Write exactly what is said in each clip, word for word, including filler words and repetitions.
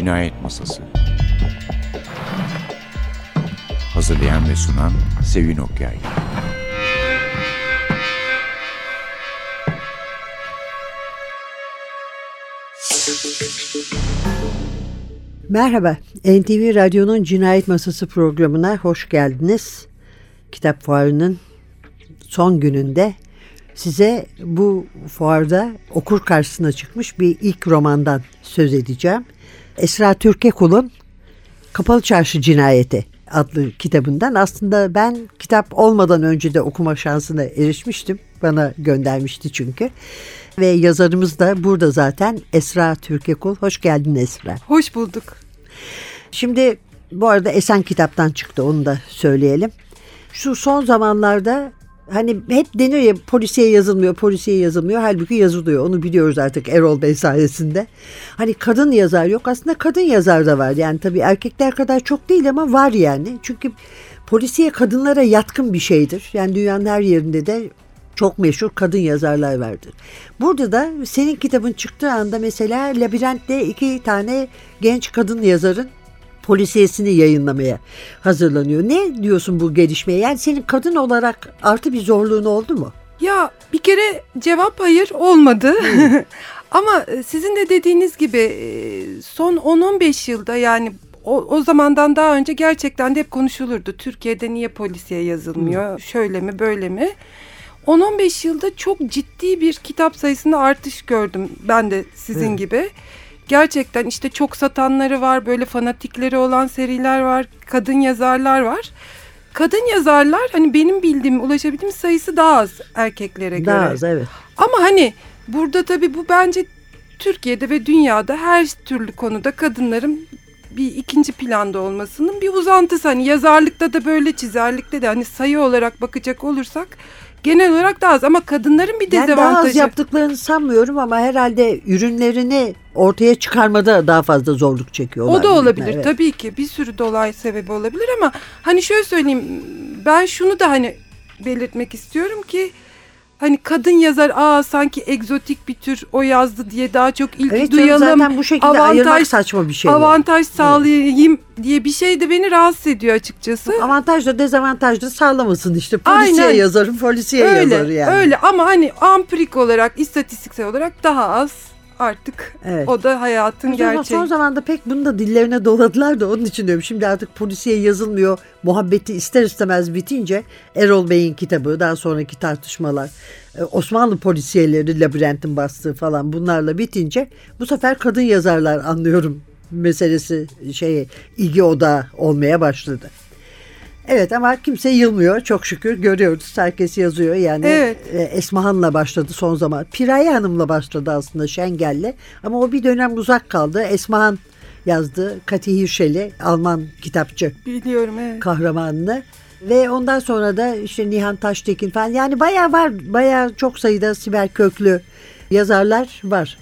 Cinayet Masası. Hazırlayan ve sunan Sevin Okyay. Merhaba, N T V Radyo'nun Cinayet Masası programına hoş geldiniz. Kitap fuarının son gününde size bu fuarda okur karşısına çıkmış bir ilk romandan söz edeceğim. Esra Türkekul'un Kapalı Çarşı Cinayeti adlı kitabından. Aslında ben kitap olmadan önce de okuma şansına erişmiştim. Bana göndermişti çünkü. Ve yazarımız da burada zaten, Esra Türkekul. Hoş geldin Esra. Hoş bulduk. Şimdi bu arada Esen Kitap'tan çıktı, onu da söyleyelim. Şu son zamanlarda hani hep deniyor ya, polisiye yazılmıyor, polisiye yazılmıyor. Halbuki yazılıyor. Onu biliyoruz artık Erol Bey sayesinde. Hani kadın yazar yok. Aslında kadın yazar da var. Yani tabii erkekler kadar çok değil ama var yani. Çünkü polisiye kadınlara yatkın bir şeydir. Yani dünyanın her yerinde de çok meşhur kadın yazarlar vardır. Burada da senin kitabın çıktığı anda mesela Labirent'te iki tane genç kadın yazarın polisiyesini yayınlamaya hazırlanıyor. Ne diyorsun bu gelişmeye? Yani senin kadın olarak artı bir zorluğun oldu mu? Ya bir kere cevap hayır olmadı. Ama sizin de dediğiniz gibi son on on beş yılda, yani o, o zamandan daha önce gerçekten de hep konuşulurdu. Türkiye'de niye polisiye yazılmıyor? Hmm. Şöyle mi böyle mi? on on beş yılda çok ciddi bir kitap sayısında artış gördüm ben de sizin hmm. gibi. Gerçekten işte çok satanları var, böyle fanatikleri olan seriler var, kadın yazarlar var. Kadın yazarlar hani benim bildiğim, ulaşabildiğim sayısı daha az erkeklere göre. Daha az, evet. Ama hani burada tabii bu bence Türkiye'de ve dünyada her türlü konuda kadınların bir ikinci planda olmasının bir uzantısı. Hani yazarlıkta da böyle, çizerlikte de hani sayı olarak bakacak olursak genel olarak daha az, ama kadınların bir dezavantajı. Yani daha az yaptıklarını sanmıyorum ama herhalde ürünlerini ortaya çıkarmada daha fazla zorluk çekiyorlar. O da olabilir, evet. Tabii ki bir sürü dolay sebebi olabilir ama hani şöyle söyleyeyim, ben şunu da hani belirtmek istiyorum ki hani kadın yazar, aa sanki egzotik bir tür o yazdı diye daha çok ilgi evet, duyalım. Zaten bu şekilde avantaj, ayırmak saçma bir şey. Avantaj sağlayayım evet. diye bir şey de beni rahatsız ediyor açıkçası. Avantaj da dezavantaj da sağlamasın işte. Polisiye Aynen. yazarım, polisiye öyle, yazarı yani. Öyle ama hani ampirik olarak, istatistiksel olarak daha az. Artık evet. O da hayatın gerçeği. Son zamanda pek bunu da dillerine doladılar da onun için diyorum. Şimdi artık polisiye yazılmıyor. Muhabbeti ister istemez bitince Erol Bey'in kitabı, daha sonraki tartışmalar, Osmanlı polisiyeleri, Labirent'in bastığı falan, bunlarla bitince bu sefer kadın yazarlar, anlıyorum, meselesi şey ilgi odağı olmaya başladı. Evet ama kimse yılmıyor, çok şükür görüyoruz. Herkes yazıyor yani. Evet. Esmahan'la başladı son zaman. Piraye Hanım'la başladı aslında, Şengel'le. Ama o bir dönem uzak kaldı. Esmahan yazdı. Kati Hirşeli, Alman kitapçı. Biliyorum, evet. Kahramanını. Ve ondan sonra da işte Nihan Taştekin falan. Yani bayağı var. Bayağı çok sayıda Sibel Köklü yazarlar var.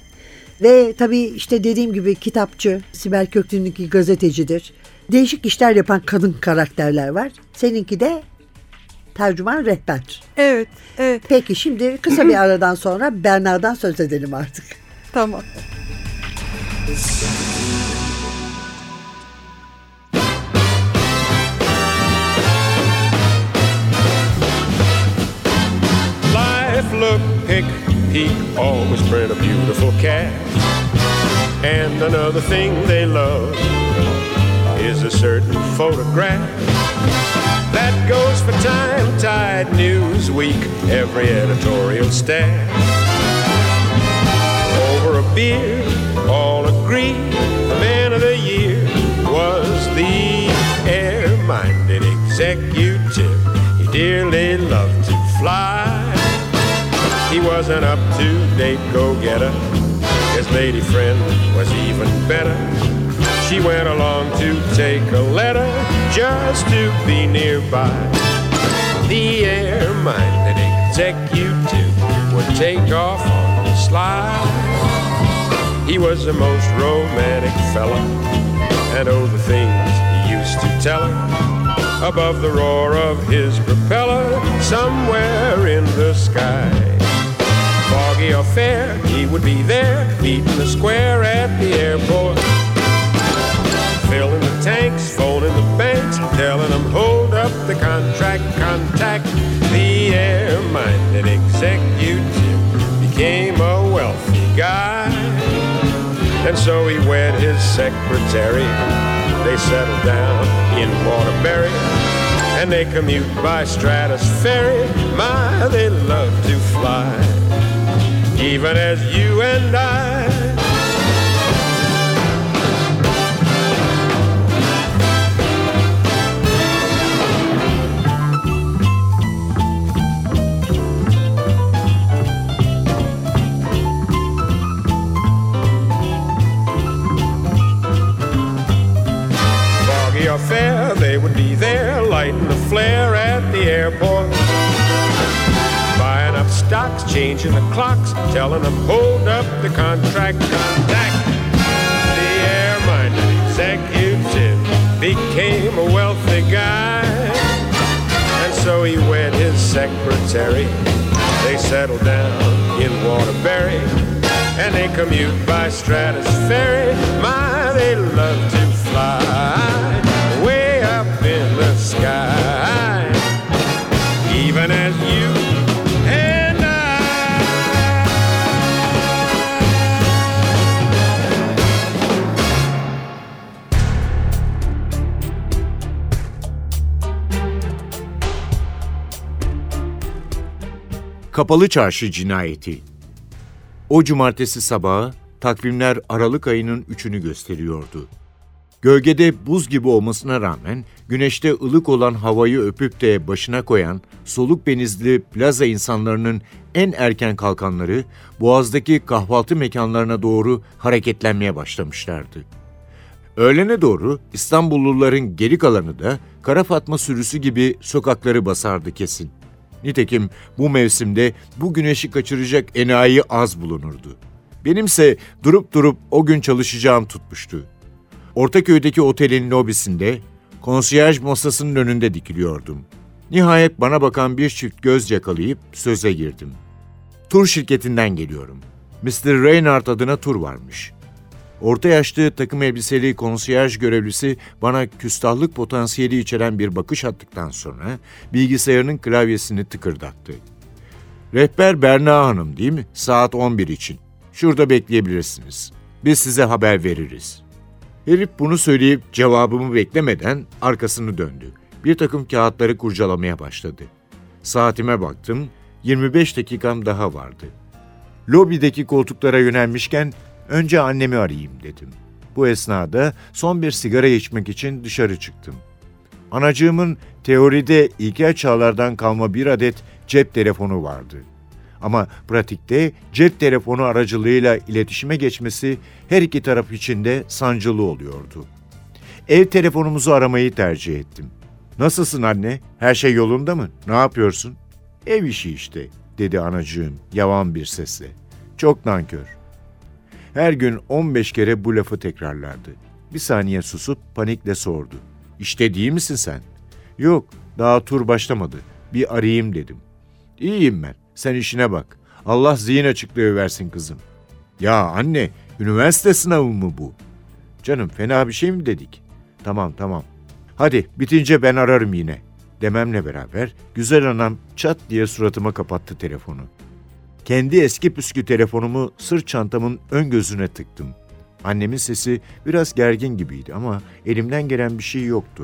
Ve tabii işte dediğim gibi kitapçı. Sibel Köklü'nünki gazetecidir. Değişik işler yapan kadın karakterler var. Seninki de tercüman, rehber. Evet, evet. Peki şimdi kısa bir aradan sonra Berna'dan söz edelim artık. Tamam. Life look, pick, peek, always print a beautiful cat. And another thing they love is a certain photograph that goes for Time, Tide, Newsweek, every editorial staff. Over a beer, all agree the man of the year was the air-minded executive. He dearly loved to fly. He was an up-to-date go-getter. His lady friend was even better. She went along to take a letter just to be nearby. The air-minded executive would take off on the sly. He was the most romantic fella, and oh, the things he used to tell her above the roar of his propeller somewhere in the sky. Foggy or fair, he would be there, meeting the square at the airport. high-minded executive became a wealthy guy. And so he wed his secretary. They settled down in Waterbury, and they commute by Stratus Ferry. My, they love to fly, even as you and I. Fair, they would be there, lighting the flare at the airport, buying up stocks, changing the clocks, telling them hold up the contract, contact. The air-minded executive became a wealthy guy, and so he wed his secretary. They settled down in Waterbury, and they commute by Stratus Ferry. My, they love to fly way up in the sky, even as you and I. Kapalı Çarşı Cinayeti. O cumartesi sabahı takvimler Aralık ayının üçünü gösteriyordu. Gölgede buz gibi olmasına rağmen güneşte ılık olan havayı öpüp de başına koyan soluk benizli plaza insanlarının en erken kalkanları Boğaz'daki kahvaltı mekanlarına doğru hareketlenmeye başlamışlardı. Öğlene doğru İstanbulluların geri kalanı da Kara Fatma sürüsü gibi sokakları basardı kesin. Nitekim bu mevsimde bu güneşi kaçıracak enayi az bulunurdu. Benimse durup durup o gün çalışacağım tutmuştu. Ortaköy'deki otelin lobisinde, konsiyerj masasının önünde dikiliyordum. Nihayet bana bakan bir çift göz yakalayıp söze girdim. Tur şirketinden geliyorum. mister Reynard adına tur varmış. Orta yaşlı takım elbiseli konsiyerj görevlisi bana küstahlık potansiyeli içeren bir bakış attıktan sonra bilgisayarının klavyesini tıkırdattı. Rehber Berna Hanım değil mi? Saat on bir için. Şurada bekleyebilirsiniz. Biz size haber veririz. Herif bunu söyleyip cevabımı beklemeden arkasını döndü. Bir takım kağıtları kurcalamaya başladı. Saatime baktım, yirmi beş dakikam daha vardı. Lobideki koltuklara yönelmişken önce annemi arayayım dedim. Bu esnada son bir sigara içmek için dışarı çıktım. Anacığımın teoride ilkel çağlardan kalma bir adet cep telefonu vardı. Ama pratikte cep telefonu aracılığıyla iletişime geçmesi her iki taraf için de sancılı oluyordu. Ev telefonumuzu aramayı tercih ettim. "Nasılsın anne? Her şey yolunda mı? Ne yapıyorsun?" "Ev işi işte," dedi anacığım yavan bir sesle. Çok nankör. Her gün on beş kere bu lafı tekrarlardı. Bir saniye susup panikle sordu. "İşte değil misin sen?" "Yok, daha tur başlamadı. Bir arayayım dedim." "İyiyim ben. Sen işine bak. Allah zihin açıklığı versin kızım." "Ya anne, üniversite sınavı mı bu?" "Canım fena bir şey mi dedik?" "Tamam tamam. Hadi bitince ben ararım yine," dememle beraber güzel anam çat diye suratıma kapattı telefonu. Kendi eski püskü telefonumu sırt çantamın ön gözüne tıktım. Annemin sesi biraz gergin gibiydi ama elimden gelen bir şey yoktu.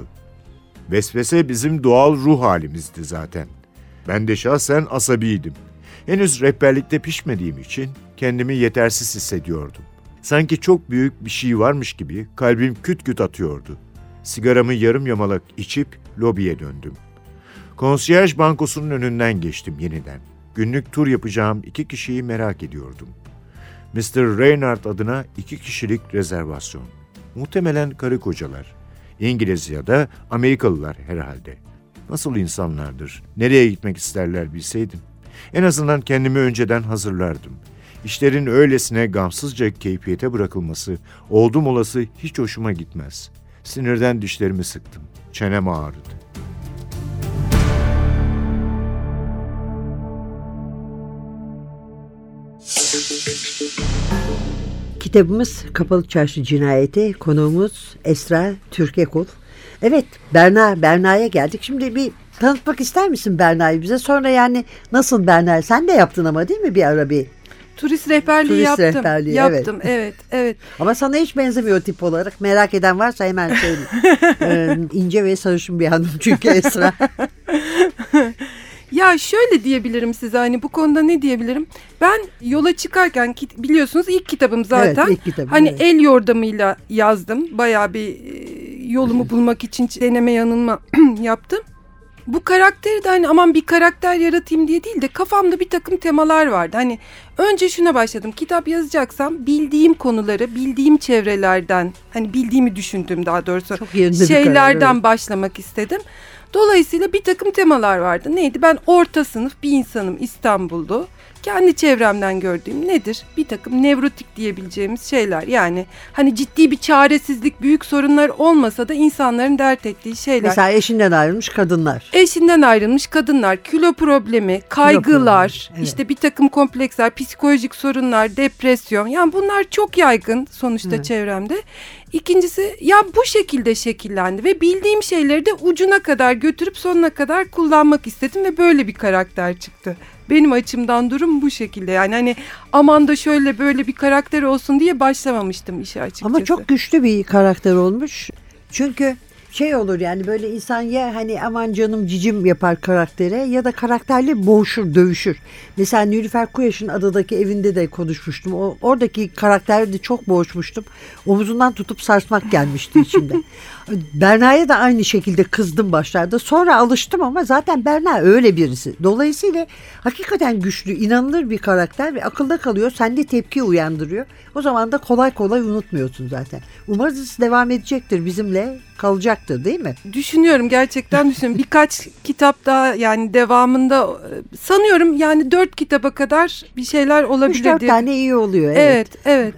Vesvese bizim doğal ruh halimizdi zaten. Ben de şahsen asabiydim. Henüz rehberlikte pişmediğim için kendimi yetersiz hissediyordum. Sanki çok büyük bir şey varmış gibi kalbim küt küt atıyordu. Sigaramı yarım yamalak içip lobiye döndüm. Konsiyerj bankosunun önünden geçtim yeniden. Günlük tur yapacağım iki kişiyi merak ediyordum. mister Reynard adına iki kişilik rezervasyon. Muhtemelen karı kocalar. İngiliz ya da Amerikalılar herhalde. Nasıl insanlardır, nereye gitmek isterler bilseydim. En azından kendimi önceden hazırlardım. İşlerin öylesine gamsızca keyfiyete bırakılması, oldum olası hiç hoşuma gitmez. Sinirden dişlerimi sıktım. Çenem ağrıdı. Kitabımız Kapalı Çarşı Cinayeti. Konuğumuz Esra Türkekul. Evet, Berna, Berna'ya geldik. Şimdi bir tanıtmak ister misin Berna'yı bize? Sonra yani nasıl Berna? Sen de yaptın ama değil mi bir ara bir? Turist rehberliği Turist yaptım. rehberliği, yaptım, evet. evet, evet. Ama sana hiç benzemiyor tip olarak. Merak eden varsa hemen söyleyeyim. ee, ince ve sarışın bir hanım çünkü Esra. Ya şöyle diyebilirim size, hani bu konuda ne diyebilirim? Ben yola çıkarken biliyorsunuz ilk kitabım zaten. Evet, ilk kitabım, hani evet. el yordamıyla yazdım. Bayağı bir yolumu bulmak için deneme yanılma yaptım. Bu karakteri de hani aman bir karakter yaratayım diye değil de kafamda bir takım temalar vardı. Hani önce şuna başladım. Kitap yazacaksam bildiğim konuları, bildiğim çevrelerden, hani bildiğimi düşündüğüm daha doğrusu şeylerden karar, evet. başlamak istedim. Dolayısıyla bir takım temalar vardı. Neydi? Ben orta sınıf bir insanım, İstanbullu. Kendi çevremden gördüğüm nedir? Bir takım nevrotik diyebileceğimiz şeyler. Yani hani ciddi bir çaresizlik, büyük sorunlar olmasa da insanların dert ettiği şeyler. Mesela eşinden ayrılmış kadınlar. Eşinden ayrılmış kadınlar, kilo problemi, kaygılar, kilo problemi, evet. işte bir takım kompleksler, psikolojik sorunlar, depresyon. Yani bunlar çok yaygın sonuçta, evet. çevremde. İkincisi ya bu şekilde şekillendi ve bildiğim şeyleri de ucuna kadar götürüp sonuna kadar kullanmak istedim ve böyle bir karakter çıktı. Benim açımdan durum bu şekilde. Yani hani aman da şöyle böyle bir karakter olsun diye başlamamıştım işe açıkçası. Ama çok güçlü bir karakter olmuş. Çünkü şey olur yani böyle insan ya hani aman canım cicim yapar karaktere ya da karakterle boğuşur, dövüşür. Mesela Nilüfer Kuyaş'ın adadaki evinde de konuşmuştum. O, oradaki karakterde de çok boğuşmuştum. Omuzundan tutup sarsmak gelmişti içimde. Berna'ya da aynı şekilde kızdım başlarda. Sonra alıştım ama zaten Berna öyle birisi. Dolayısıyla hakikaten güçlü, inanılır bir karakter ve akılda kalıyor. Sende tepki uyandırıyor. O zaman da kolay kolay unutmuyorsun zaten. Umarız devam edecektir, bizimle kalacaktır değil mi? Düşünüyorum, gerçekten düşünüyorum. Birkaç kitap daha yani devamında sanıyorum yani dört kitaba kadar bir şeyler olabilir. Üç dört diye. tane iyi oluyor. Evet. evet, evet.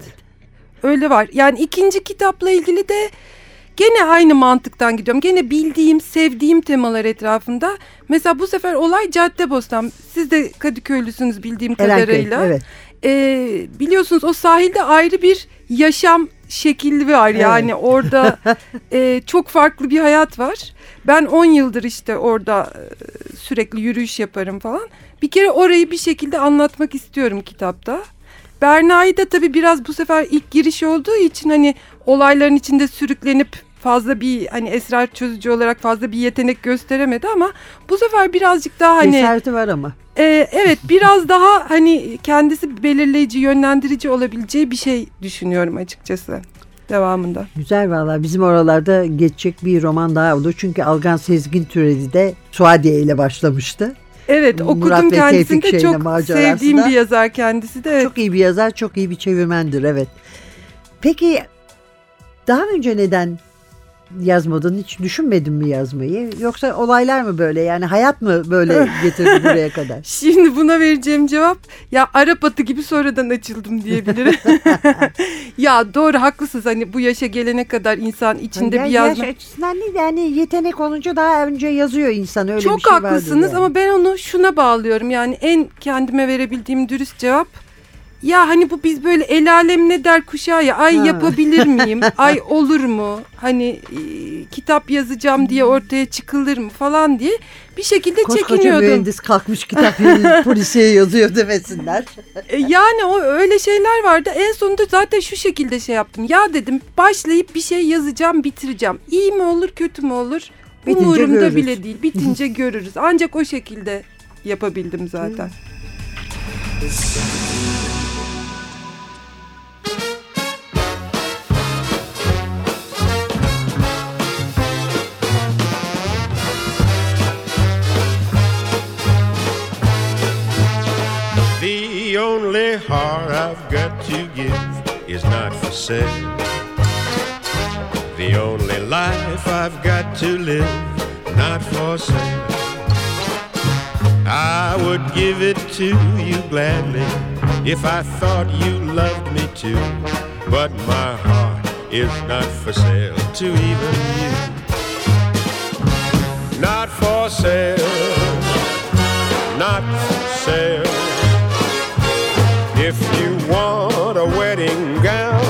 Öyle var. Yani ikinci kitapla ilgili de gene aynı mantıktan gidiyorum. Gene bildiğim, sevdiğim temalar etrafında. Mesela bu sefer olay Caddebostan. Siz de Kadıköylüsünüz bildiğim Erenköy, kadarıyla. Evet. Ee, biliyorsunuz o sahilde ayrı bir yaşam şekli var. Yani evet. orada e, çok farklı bir hayat var. Ben on yıldır işte orada e, sürekli yürüyüş yaparım falan. Bir kere orayı bir şekilde anlatmak istiyorum kitapta. Berna'yı da tabii biraz bu sefer ilk giriş olduğu için hani olayların içinde sürüklenip fazla bir hani esrar çözücü olarak fazla bir yetenek gösteremedi ama bu sefer birazcık daha hani cesareti var ama. E, evet biraz daha hani kendisi belirleyici, yönlendirici olabileceği bir şey düşünüyorum açıkçası devamında. Güzel valla, bizim oralarda geçecek bir roman daha oldu. Çünkü Algan Sezgin Türedi de Suadiye ile başlamıştı. Evet, okudum Murat kendisini de çok sevdiğim bir yazar kendisi de. Evet. Çok iyi bir yazar, çok iyi bir çevirmendir, evet. Peki daha önce neden yazmadın, hiç düşünmedin mi yazmayı? Yoksa olaylar mı böyle, yani hayat mı böyle getirdi buraya kadar? Şimdi buna vereceğim cevap ya Arap atı gibi sonradan açıldım diyebilirim. Ya doğru, haklısınız, hani bu yaşa gelene kadar insan içinde yani bir yazma. Yaş açısından değil de hani yetenek olunca daha önce yazıyor insan, öyle çok bir şey vardır. Çok haklısınız yani. Ama ben onu şuna bağlıyorum, yani en kendime verebildiğim dürüst cevap. Ya hani bu biz böyle el alem ne der kuşağı ya, ay ha. yapabilir miyim, ay olur mu, hani e, kitap yazacağım diye ortaya çıkılır mı falan diye bir şekilde koskoca çekiniyordum. Koskoca mühendis kalkmış kitap yazıyor, polisiye yazıyor demesinler. E, yani o öyle şeyler vardı. En sonunda zaten şu şekilde şey yaptım. Ya dedim, başlayıp bir şey yazacağım, bitireceğim. İyi mi olur, kötü mü olur? Bitince umurumda görürüz. bile değil. Bitince görürüz. Ancak o şekilde yapabildim zaten. The only heart I've got to give is not for sale. The only life I've got to live, not for sale. I would give it to you gladly if I thought you loved me too. But my heart is not for sale to even you. Not for sale, not for sale. If you want a wedding gown,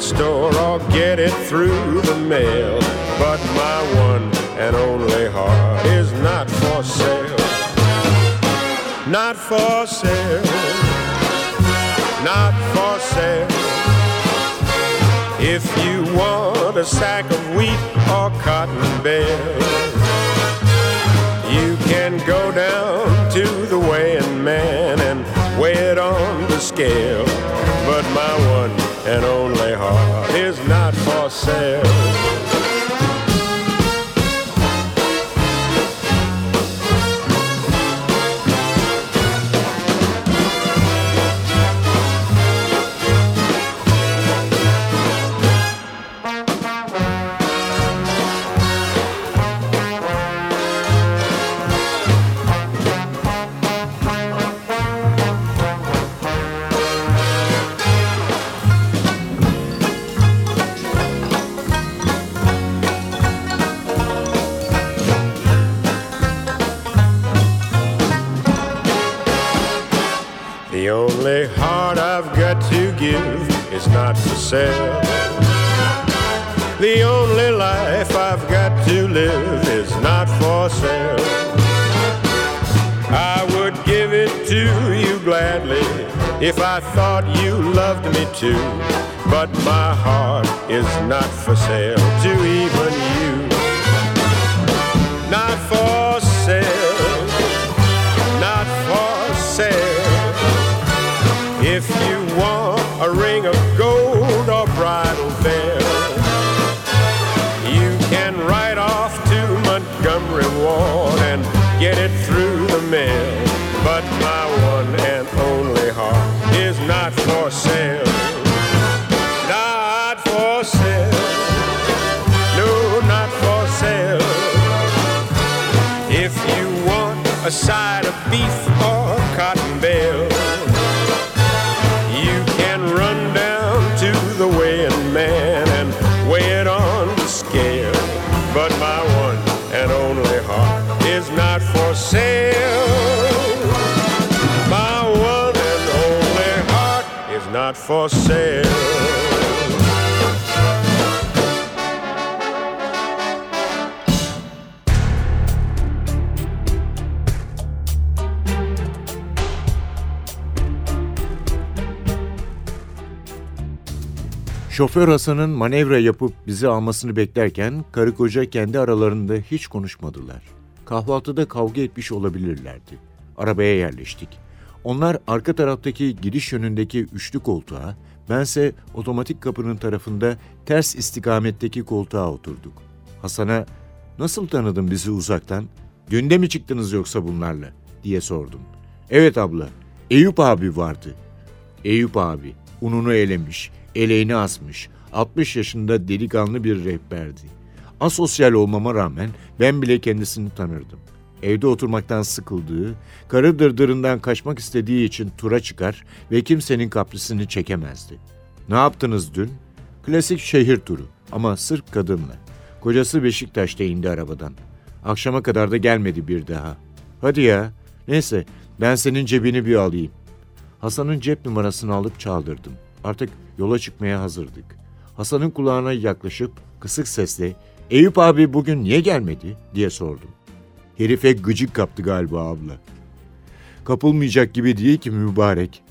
store or get it through the mail. But my one and only heart is not for sale. Not for sale. Not for sale. If you want a sack of wheat or cotton bales, you can go down to the weighing man and weigh it on the scale. But my one and only heart is not for sale. The only heart I've got to give is not for sale. The only life I've got to live is not for sale. I would give it to you gladly if I thought you loved me too. But my heart is not for sale to even you. Not for sale. Not for sale. If you want a ring of gold or bridal veil, you can ride off to Montgomery Ward and get it through the mail. But my one and only heart is not for sale. Not for sale. No, not for sale. If you want a side of beef or cotton bale, run down to the weighing man and weigh it on the scale. But my one and only heart is not for sale. My one and only heart is not for sale. Şoför Hasan'ın manevra yapıp bizi almasını beklerken karı koca kendi aralarında hiç konuşmadılar. Kahvaltıda kavga etmiş olabilirlerdi. Arabaya yerleştik. Onlar arka taraftaki giriş yönündeki üçlü koltuğa, bense otomatik kapının tarafında ters istikametteki koltuğa oturduk. Hasan'a "Nasıl tanıdın bizi uzaktan? Dün de mi çıktınız yoksa bunlarla?" diye sordum. "Evet abla, Eyüp abi vardı." Eyüp abi, ununu elemiş, eleğini asmış, altmış yaşında delikanlı bir rehberdi. Asosyal olmama rağmen ben bile kendisini tanırdım. Evde oturmaktan sıkıldığı, karı dırdırından kaçmak istediği için tura çıkar ve kimsenin kaprisini çekemezdi. "Ne yaptınız dün?" "Klasik şehir turu ama sırf kadınla. Kocası Beşiktaş'ta indi arabadan. Akşama kadar da gelmedi bir daha." "Hadi ya. Neyse, ben senin cebini bir alayım." Hasan'ın cep numarasını alıp çaldırdım. Artık yola çıkmaya hazırdık. Hasan'ın kulağına yaklaşıp kısık sesle "Eyüp abi bugün niye gelmedi?" diye sordum. Herife gıcık kaptı galiba abla. Kapılmayacak gibi değil ki mübarek.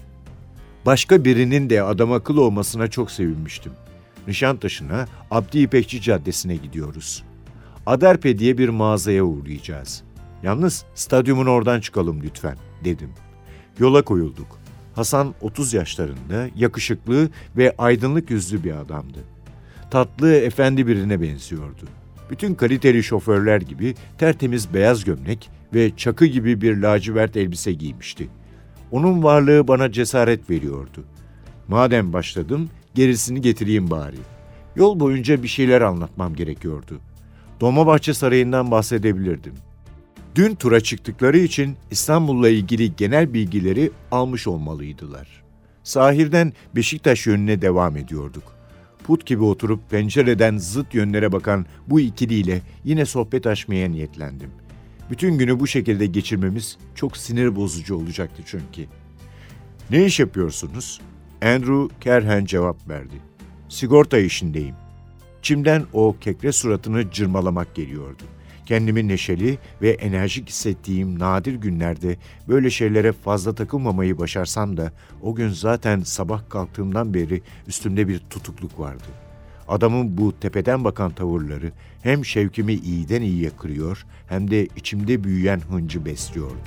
Başka birinin de adam akıl olmasına çok sevinmiştim. Nişantaşı'na Abdi İpekçi Caddesi'ne gidiyoruz. Adarpe diye bir mağazaya uğrayacağız. "Yalnız stadyumun oradan çıkalım lütfen," dedim. Yola koyulduk. Hasan otuz yaşlarında, yakışıklı ve aydınlık yüzlü bir adamdı. Tatlı, efendi birine benziyordu. Bütün kaliteli şoförler gibi tertemiz beyaz gömlek ve çakı gibi bir lacivert elbise giymişti. Onun varlığı bana cesaret veriyordu. Madem başladım, gerisini getireyim bari. Yol boyunca bir şeyler anlatmam gerekiyordu. Dolmabahçe Sarayı'ndan bahsedebilirdim. Dün tura çıktıkları için İstanbul'la ilgili genel bilgileri almış olmalıydılar. Sahilden Beşiktaş yönüne devam ediyorduk. Put gibi oturup pencereden zıt yönlere bakan bu ikiliyle yine sohbet açmaya niyetlendim. Bütün günü bu şekilde geçirmemiz çok sinir bozucu olacaktı çünkü. "Ne iş yapıyorsunuz?" Andrew Kerhen cevap verdi. Sigorta işindeyim. İçimden o kekre suratını cırmalamak geliyordu. Kendimi neşeli ve enerjik hissettiğim nadir günlerde böyle şeylere fazla takılmamayı başarsam da o gün zaten sabah kalktığımdan beri üstümde bir tutukluk vardı. Adamın bu tepeden bakan tavırları hem şevkimi iyiden iyiye kırıyor hem de içimde büyüyen hıncı besliyordu.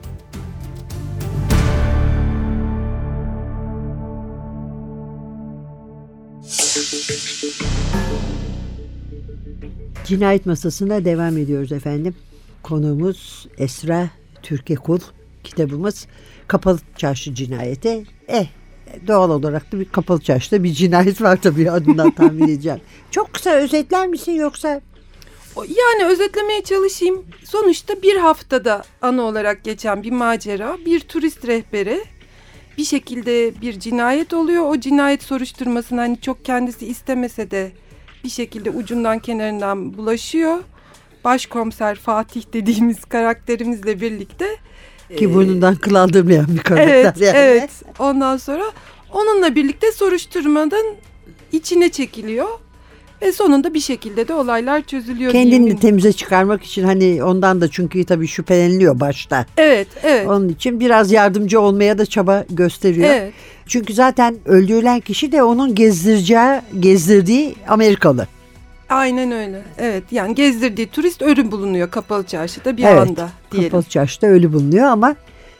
Cinayet Masası'na devam ediyoruz efendim. Konuğumuz Esra Türkekul. Kitabımız Kapalı Çarşı Cinayeti. Eh doğal olarak da bir Kapalı Çarşı'da bir cinayet var tabii, adından tahmin edeceğim. Çok kısa özetler misin yoksa? Yani özetlemeye çalışayım. Sonuçta bir haftada ana olarak geçen bir macera, bir turist rehberi. Bir şekilde bir cinayet oluyor. O cinayet soruşturmasını hani çok kendisi istemese de bir şekilde ucundan kenarından bulaşıyor. Başkomiser Fatih dediğimiz karakterimizle birlikte. Ki burnundan kıl aldırmayan bir karakter. Evet, yani. evet. Ondan sonra onunla birlikte soruşturmanın içine çekiliyor. Ve sonunda bir şekilde de olaylar çözülüyor. Kendini diyeyim. temize çıkarmak için, hani ondan da çünkü tabii şüpheleniliyor başta. Evet, evet. Onun için biraz yardımcı olmaya da çaba gösteriyor. Evet. Çünkü zaten öldürülen kişi de onun gezdireceği, gezdirdiği Amerikalı. Aynen öyle. Evet, yani gezdirdiği turist ölü bulunuyor Kapalı Çarşı'da bir Evet, anda diyelim. Kapalı Çarşı'da ölü bulunuyor ama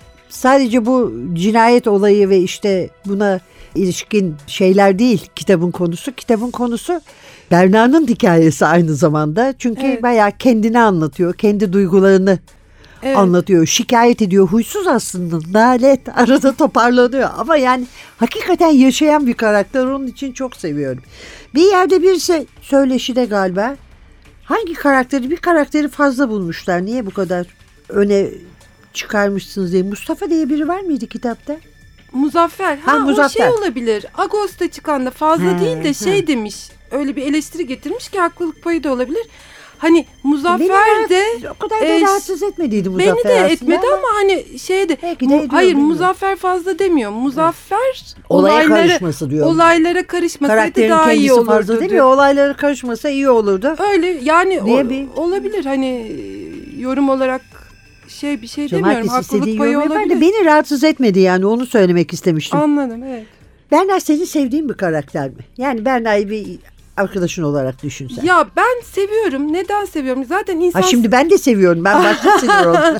sadece bu cinayet olayı ve işte buna ilişkin şeyler değil kitabın konusu. Kitabın konusu Berna'nın hikayesi aynı zamanda. Çünkü Evet. bayağı kendini anlatıyor, kendi duygularını Evet. anlatıyor, şikayet ediyor. Huysuz aslında, nalet, arada toparlanıyor. Ama yani hakikaten yaşayan bir karakter, onun için çok seviyorum. Bir yerde birisi söyleşide galiba hangi karakteri, bir karakteri fazla bulmuşlar. Niye bu kadar öne çıkarmışsınız diye. Mustafa diye biri var mıydı kitapta? Muzaffer. Ha, Ha, Muzaffer. O şey olabilir. Ağustos'ta çıkan da fazla He, değil de şey he. demiş. Öyle bir eleştiri getirmiş ki haklılık payı da olabilir. Hani Muzaffer Beni de o kadar da e, rahatsız etmediydi Muzaffer beni de aslında etmedi ama, ama hani şeyde Belki de ediyor, hayır bilmiyorum. Muzaffer fazla demiyor. Muzaffer Olaya olaylara karışması diyor. olaylara karışmasaydı karakterin daha iyi kendisi olurdu. fazla değil mi? diyor. Olaylara karışmasa iyi olurdu. Öyle yani Niye o- bir- olabilir hani yorum olarak şey bir şey Canım, demiyorum. herkes istediği Haklılık payı yorum yapar olabilir. da beni rahatsız etmedi, yani onu söylemek istemiştim. Anladım, evet. Berna senin sevdiğin bir karakter mi? Yani Berna'yı bir arkadaşın olarak düşünsen. Ya ben seviyorum. Neden seviyorum? Zaten insan... Ha şimdi ben de seviyorum. Ben başta sinir oldum.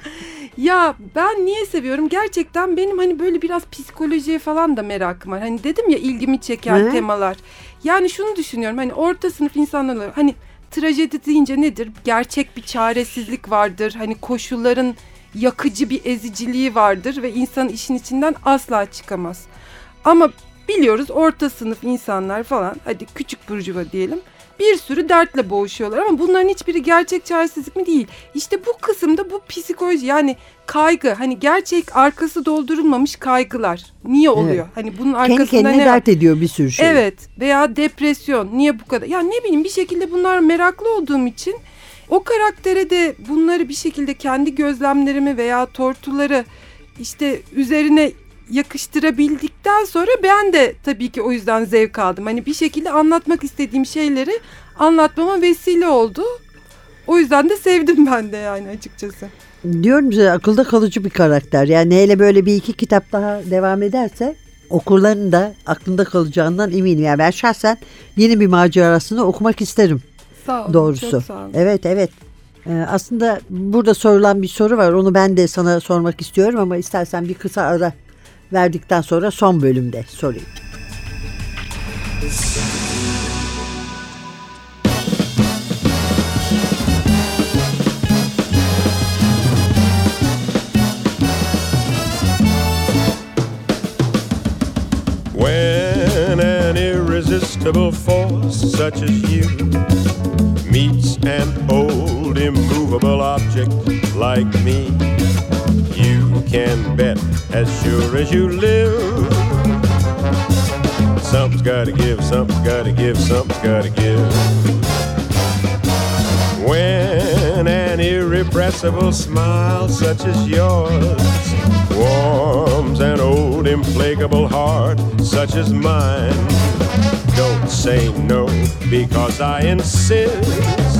Ya ben niye seviyorum? Gerçekten benim hani böyle biraz psikolojiye falan da merakım var. Hani dedim ya, ilgimi çeken Hı. temalar. Yani şunu düşünüyorum. Hani orta sınıf insanlar olarak, hani trajedi deyince nedir? Gerçek bir çaresizlik vardır. Hani koşulların yakıcı bir eziciliği vardır ve insan işin içinden asla çıkamaz. Ama biliyoruz orta sınıf insanlar falan, hadi küçük burjuva diyelim, bir sürü dertle boğuşuyorlar ama bunların hiçbiri gerçek çaresizlik mi değil. İşte bu kısımda bu psikoloji, yani kaygı, hani gerçek arkası doldurulmamış kaygılar niye oluyor? Evet. Hani bunun Kendi arkasında kendine ne var? dert ediyor bir sürü şey. Evet, veya depresyon niye bu kadar? Ya ne bileyim, bir şekilde bunlar meraklı olduğum için o karaktere de bunları bir şekilde kendi gözlemlerimi veya tortuları işte üzerine yakıştırabildikten sonra ben de tabii ki o yüzden zevk aldım. Hani bir şekilde anlatmak istediğim şeyleri anlatmama vesile oldu. O yüzden de sevdim ben de yani açıkçası. Diyorum size, akılda kalıcı bir karakter. Yani hele böyle bir iki kitap daha devam ederse okurların da aklında kalacağından eminim. Yani ben şahsen yeni bir macerasını okumak isterim. Sağ olun. Doğrusu. Çok sağ olun. Evet evet. Ee, aslında burada sorulan bir soru var. Onu ben de sana sormak istiyorum ama istersen bir kısa ara verdikten sonra son bölümde sorayım. When an irresistible force such as you meets an old immovable object like me, you can bet as sure as you live, something's gotta give, something's gotta give, something's gotta give. When an irrepressible smile such as yours warms an old implacable heart such as mine, don't say no, because I insist.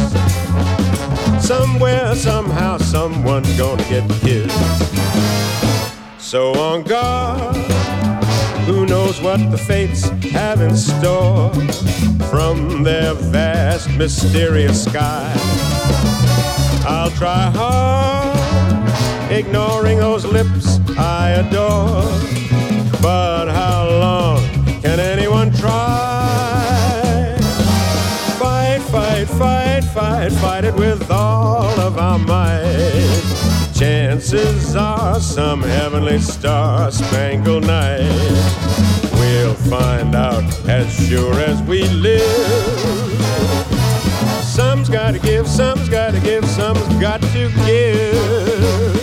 Somewhere, somehow, someone's gonna get kissed. So on guard, who knows what the fates have in store from their vast, mysterious sky. I'll try hard, ignoring those lips I adore. But how long can anyone try? Fight, fight, fight, fight, fight it with all of our might. Chances are some heavenly star-spangled night we'll find out as sure as we live. Some's gotta give, some's gotta give, some's got to give.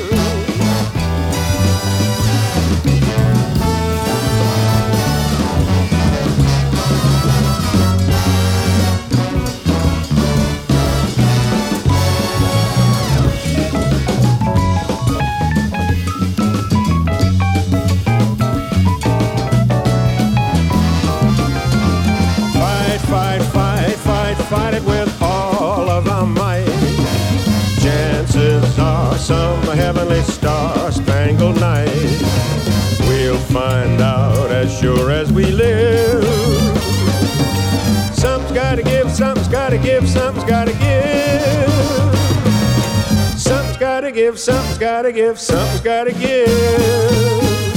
Fight it with all of our might. Chances are some heavenly star-spangled night we'll find out as sure as we live. Some's gotta give, some's gotta give, some's gotta give. Some's gotta give, some's gotta give, some's gotta give.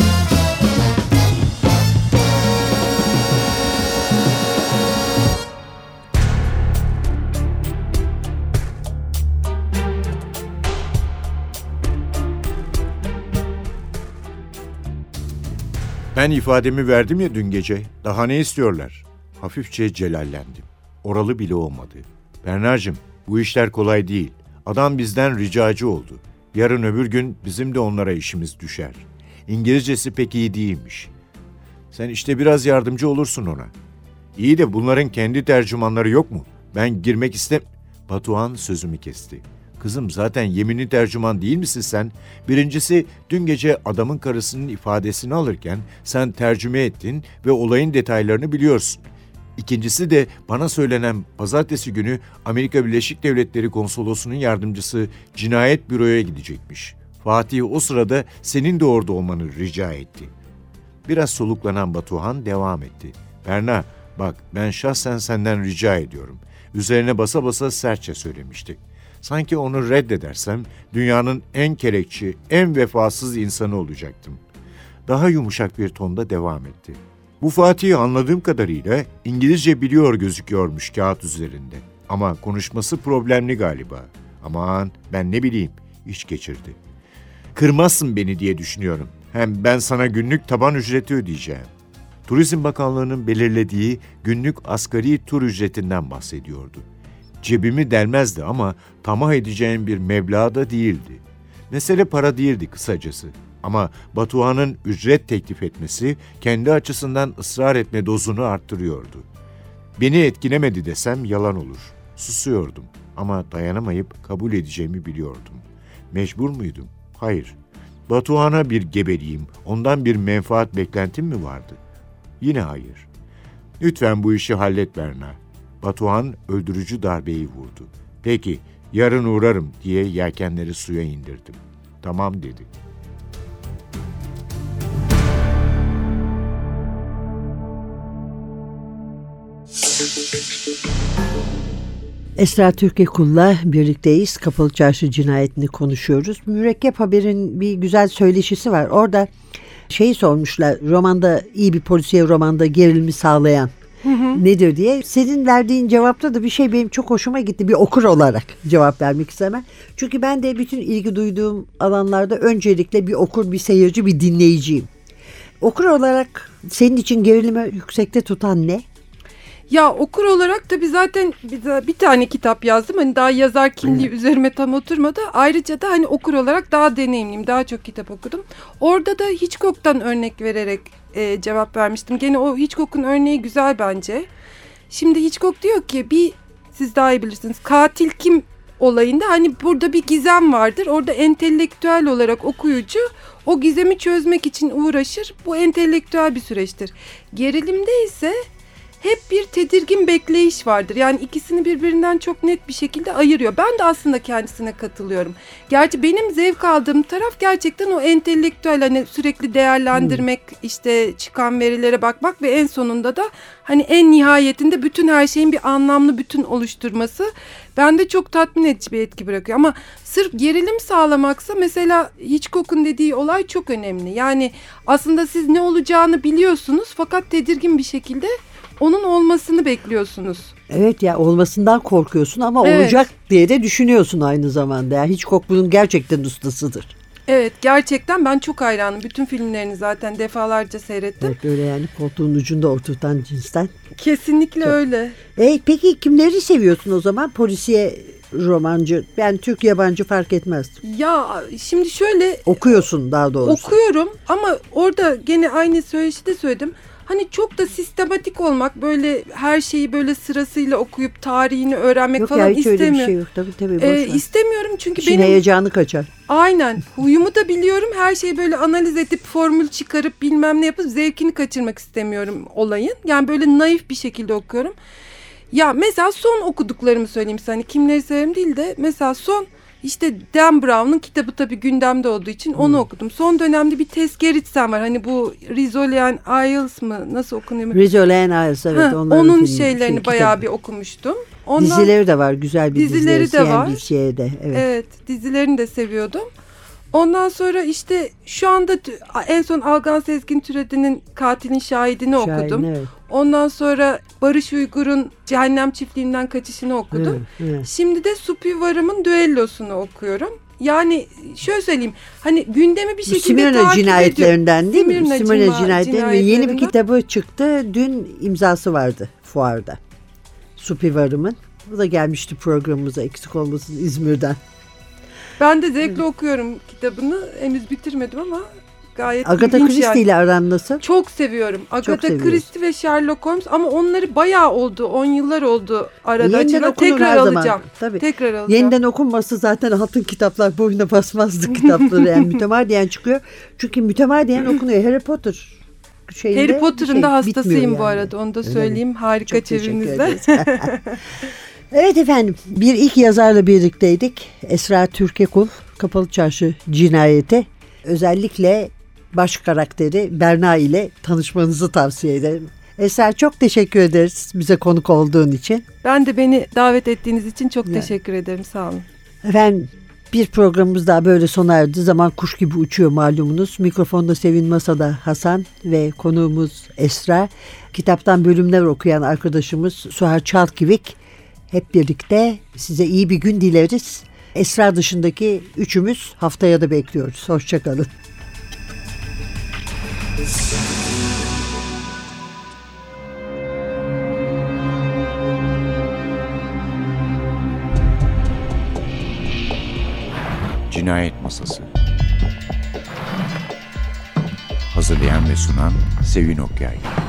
Ben ifademi verdim ya dün gece. Daha ne istiyorlar? Hafifçe celallendim. Oralı bile olmadı. Berna'cığım, bu işler kolay değil. Adam bizden ricacı oldu. Yarın öbür gün bizim de onlara işimiz düşer. İngilizcesi pek iyi değilmiş. Sen işte biraz yardımcı olursun ona. İyi de bunların kendi tercümanları yok mu? Ben girmek istem... Batuhan sözümü kesti. Kızım, zaten yeminli tercüman değil misin sen? Birincisi, dün gece adamın karısının ifadesini alırken sen tercüme ettin ve olayın detaylarını biliyorsun. İkincisi de bana söylenen pazartesi günü Amerika Birleşik Devletleri Konsolosu'nun yardımcısı cinayet büroya gidecekmiş. Fatih o sırada senin de orada olmanı rica etti. Biraz soluklanan Batuhan devam etti. Berna, bak ben şahsen senden rica ediyorum. Üzerine basa basa sertçe söylemişti. Sanki onu reddedersem dünyanın en kerekçi, en vefasız insanı olacaktım. Daha yumuşak bir tonda devam etti. Bu Fatih anladığım kadarıyla İngilizce biliyor gözüküyormuş kağıt üzerinde. Ama konuşması problemli galiba. Aman ben ne bileyim, iç geçirdi. Kırmazsın beni diye düşünüyorum. Hem ben sana günlük taban ücreti ödeyeceğim. Turizm Bakanlığı'nın belirlediği günlük asgari tur ücretinden bahsediyordu. Cebimi delmezdi ama tamah edeceğim bir meblağ da değildi. Mesele para değildi kısacası. Ama Batuhan'ın ücret teklif etmesi kendi açısından ısrar etme dozunu arttırıyordu. Beni etkilemedi desem yalan olur. Susuyordum ama dayanamayıp kabul edeceğimi biliyordum. Mecbur muydum? Hayır. Batuhan'a bir gebeliyim, ondan bir menfaat beklentim mi vardı? Yine hayır. Lütfen bu işi hallet Berna. Batuhan öldürücü darbeyi vurdu. Peki, yarın uğrarım diye yelkenleri suya indirdim. Tamam dedi. Esra Türkekul'la birlikteyiz. Kapalı Çarşı cinayetini konuşuyoruz. Mürekkep Haber'in bir güzel söyleşisi var. Orada şeyi sormuşlar, romanda, iyi bir polisiye romanda gerilimi sağlayan hı hı. nedir diye. Senin verdiğin cevapta da bir şey benim çok hoşuma gitti. Bir okur olarak cevap vermek istemem. Çünkü ben de bütün ilgi duyduğum alanlarda öncelikle bir okur, bir seyirci, bir dinleyiciyim. Okur olarak senin için gerilimi yüksekte tutan ne? Ya okur olarak tabii zaten bir, bir tane kitap yazdım. Hani daha yazar kimliği hmm. üzerime tam oturmadı. Ayrıca da hani okur olarak daha deneyimliyim. Daha çok kitap okudum. Orada da Hitchcock'tan örnek vererek e, cevap vermiştim. Gene o Hitchcock'un örneği güzel bence. Şimdi Hitchcock diyor ki bir, siz daha iyi bilirsiniz, katil kim olayında hani burada bir gizem vardır. Orada entelektüel olarak okuyucu o gizemi çözmek için uğraşır. Bu entelektüel bir süreçtir. Gerilimde ise hep bir tedirgin bekleyiş vardır. Yani ikisini birbirinden çok net bir şekilde ayırıyor. Ben de aslında kendisine katılıyorum. Gerçi benim zevk aldığım taraf gerçekten o entelektüel, hani sürekli değerlendirmek, hmm. işte çıkan verilere bakmak ve en sonunda da hani en nihayetinde bütün her şeyin bir anlamlı bütün oluşturması bende çok tatmin edici bir etki bırakıyor. Ama sırf gerilim sağlamaksa mesela Hitchcock'un dediği olay çok önemli. Yani aslında siz ne olacağını biliyorsunuz fakat tedirgin bir şekilde onun olmasını bekliyorsunuz. Evet ya, olmasından korkuyorsun ama evet, olacak diye de düşünüyorsun aynı zamanda. Yani Hitchcock bunun gerçekten ustasıdır. Evet, gerçekten ben çok hayranım. Bütün filmlerini zaten defalarca seyrettim. Evet, öyle yani, koltuğun ucunda oturtan cinsten. Kesinlikle çok öyle. E, peki kimleri seviyorsun o zaman? Polisiye, romancı, yani Türk yabancı fark etmez. Ya şimdi şöyle. Okuyorsun daha doğrusu. Okuyorum ama orada gene aynı söyleşide söyledim. Hani çok da sistematik olmak, böyle her şeyi böyle sırasıyla okuyup tarihini öğrenmek yok falan ya, hiç istemiyorum. Öyle bir şey yok. Tabii tabii. Ee, istemiyorum çünkü İşin benim heyecanı kaçar. Aynen. Huyumu da biliyorum. Her şeyi böyle analiz edip formül çıkarıp bilmem ne yapıp zevkini kaçırmak istemiyorum olayın. Yani böyle naif bir şekilde okuyorum. Ya mesela son okuduklarımı söyleyeyim sana. Hani kimleri severim değil de mesela son işte Dan Brown'un kitabı tabii gündemde olduğu için onu hmm. okudum. Son dönemde bir Tess Gerritsen var. Hani bu Rizzoli and Isles mı? Nasıl okunuyor? Rizzoli and Isles, evet. Ha, onun filmi, şeylerini şey, bayağı bir okumuştum. Ondan, dizileri de var. Güzel bir dizileri dizileri de var. C N B C'de. Evet. evet, dizilerini de seviyordum. Ondan sonra işte şu anda en son Algan Sezgin Türedi'nin Katilin Şahidini Şahin, okudum. Evet. Ondan sonra Barış Uygur'un Cehennem Çiftliği'nden Kaçışını okudum. Evet, evet. Şimdi de Supi Varım'ın Düellosunu okuyorum. Yani şöyle söyleyeyim, hani gündemi bir şekilde Simirna takip cinayetlerinden değil mi? Simirna, Simirna cinayetlerinden ve yeni bir kitabı çıktı. Dün imzası vardı fuarda. Supi Varım'ın. Bu da gelmişti programımıza, eksik olmasın, İzmir'den. Ben de zevkle evet. okuyorum kitabını. Henüz bitirmedim ama gayet Agatha Christie yani. ile aran nasıl? Çok seviyorum. Agatha Christie ve Sherlock Holmes, ama onları bayağı oldu. on yıllar oldu arada. Yeniden tekrar alacağım. Zaman. Tabii. Tekrar alacağım. Yeniden okunması zaten altın kitaplar boyuna basmazdı kitapları. Yani mütemadiyen çıkıyor. Çünkü mütemadiyen okunuyor. Harry Potter şeyinde, Harry Potter'ın şey, da hastasıyım yani. Bu arada. Onu da Öyle söyleyeyim. mi? Harika çevirinizde. Evet efendim, bir ilk yazarla birlikteydik. Esra Türkekul, Kapalı Çarşı Cinayeti. Özellikle baş karakteri Berna ile tanışmanızı tavsiye ederim. Esra, çok teşekkür ederiz bize konuk olduğun için. Ben de beni davet ettiğiniz için çok yani. teşekkür ederim, sağ olun. Efendim, bir programımız daha böyle sona erdi. Zaman kuş gibi uçuyor malumunuz. Mikrofonda Sevin, Masa'da Hasan ve konuğumuz Esra. Kitaptan bölümler okuyan arkadaşımız Suha Çalkivik. Hep birlikte size iyi bir gün dileriz. Esra dışındaki üçümüz haftaya da bekliyoruz. Hoşçakalın. Cinayet Masası. Hazırlayan ve sunan Sevin Okyay.